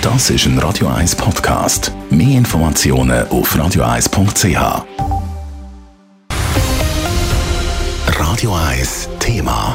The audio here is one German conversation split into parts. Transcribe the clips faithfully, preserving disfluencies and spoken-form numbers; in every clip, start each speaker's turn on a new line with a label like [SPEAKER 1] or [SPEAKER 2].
[SPEAKER 1] Das ist ein Radio eins Podcast. Mehr Informationen auf radio eins punkt c h. Radio eins Thema.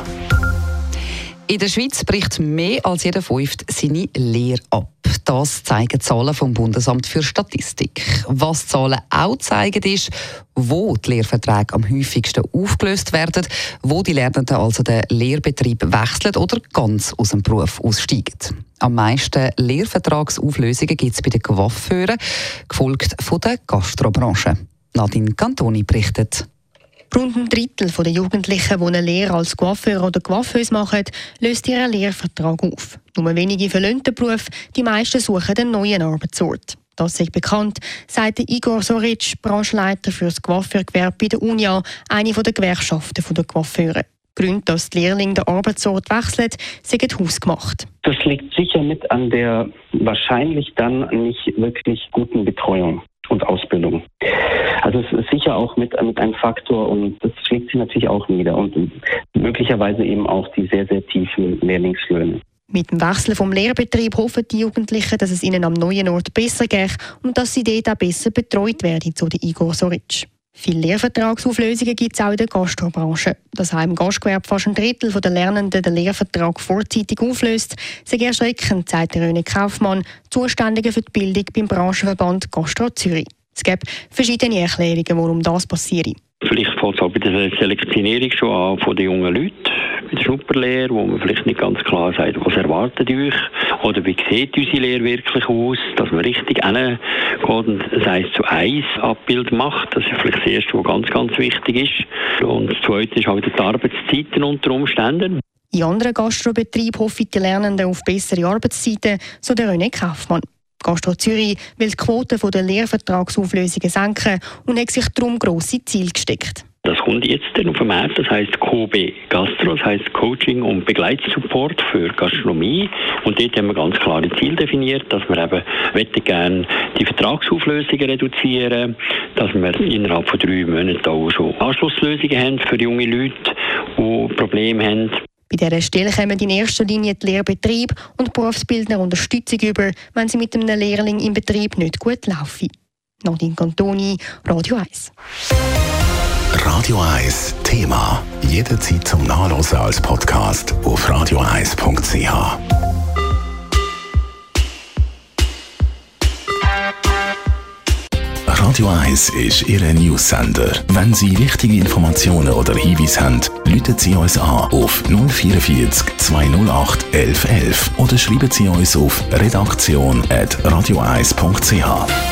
[SPEAKER 2] In der Schweiz bricht mehr als jeder Fünfte seine Lehre ab. Das zeigen Zahlen vom Bundesamt für Statistik. Was Zahlen auch zeigen, ist, wo die Lehrverträge am häufigsten aufgelöst werden, wo die Lernenden also den Lehrbetrieb wechseln oder ganz aus dem Beruf aussteigen. Am meisten Lehrvertragsauflösungen gibt es bei den Coiffeuren, gefolgt von der Gastrobranche. Nadine Cantoni berichtet.
[SPEAKER 3] Rund ein Drittel der Jugendlichen, die eine Lehre als Coiffeur oder Coiffeuse machen, löst ihren Lehrvertrag auf. Nur wenige verlassen den Beruf, die meisten suchen einen neuen Arbeitsort. Das ist bekannt, sagt Igor Soric, Branchleiter für das Coiffeurgewerbe bei der Unia, eine der Gewerkschaften der Coiffeure. Gründe, dass die Lehrlinge den Arbeitsort wechseln, sind hausgemacht.
[SPEAKER 4] Das liegt sicher mit an der wahrscheinlich dann nicht wirklich guten Betreuung und Ausbildung. Also es ist sicher auch mit, mit einem Faktor und das schlägt sich natürlich auch nieder und möglicherweise eben auch die sehr, sehr tiefen Lehrlingslöhne.
[SPEAKER 3] Mit dem Wechsel vom Lehrbetrieb hoffen die Jugendlichen, dass es ihnen am neuen Ort besser geht und dass sie dort auch besser betreut werden, so der Igor Soric. Viele Lehrvertragsauflösungen gibt es auch in der Gastrobranche. Dass auch im Gastgewerbe fast ein Drittel der Lernenden den Lehrvertrag vorzeitig auflöst, sei erschreckend, sagt René Kaufmann, Zuständige für die Bildung beim Branchenverband Gastro Zürich. Es gibt verschiedene Erklärungen, warum das passiert.
[SPEAKER 5] Vielleicht fängt es auch bei der Selektionierung schon an von den jungen Leuten, bei der Schnupperlehre, wo man vielleicht nicht ganz klar sagt, was erwartet ihr euch oder wie sieht unsere Lehre wirklich aus, dass man richtig hingeht und ein eins zu eins Abbild macht. Das ist vielleicht das Erste, was ganz, ganz wichtig ist. Und das Zweite ist auch wieder die Arbeitszeiten unter Umständen.
[SPEAKER 3] In anderen Gastrobetrieben hoffen die Lernenden auf bessere Arbeitszeiten, so der René Kaufmann. Gastro Zürich will die Quote der Lehrvertragsauflösungen senken und hat sich darum grosse Ziele gesteckt.
[SPEAKER 5] Das kommt jetzt auf den Markt, das heisst C O B Gastro, das heisst Coaching und Begleitsupport für Gastronomie. Und dort haben wir ganz klare Ziele definiert, dass wir eben gerne die Vertragsauflösungen reduzieren, dass wir innerhalb von drei Monaten auch schon Anschlusslösungen haben für junge Leute, die Probleme haben.
[SPEAKER 3] Bei dieser Stelle kommen in erster Linie die Lehrbetriebe und Berufsbildner Unterstützung über, wenn sie mit einem Lehrling im Betrieb nicht gut laufen. Nadine Cantoni, Radio eins.
[SPEAKER 1] Radio eins Thema. Jederzeit zum Nachlesen als Podcast auf radio eins punkt c h. Radio eins ist Ihr News-Sender. Wenn Sie wichtige Informationen oder Hinweise haben, rufen Sie uns an auf null vierundvierzig zweihundertacht elf elf oder schreiben Sie uns auf redaktion at radio eins punkt c h.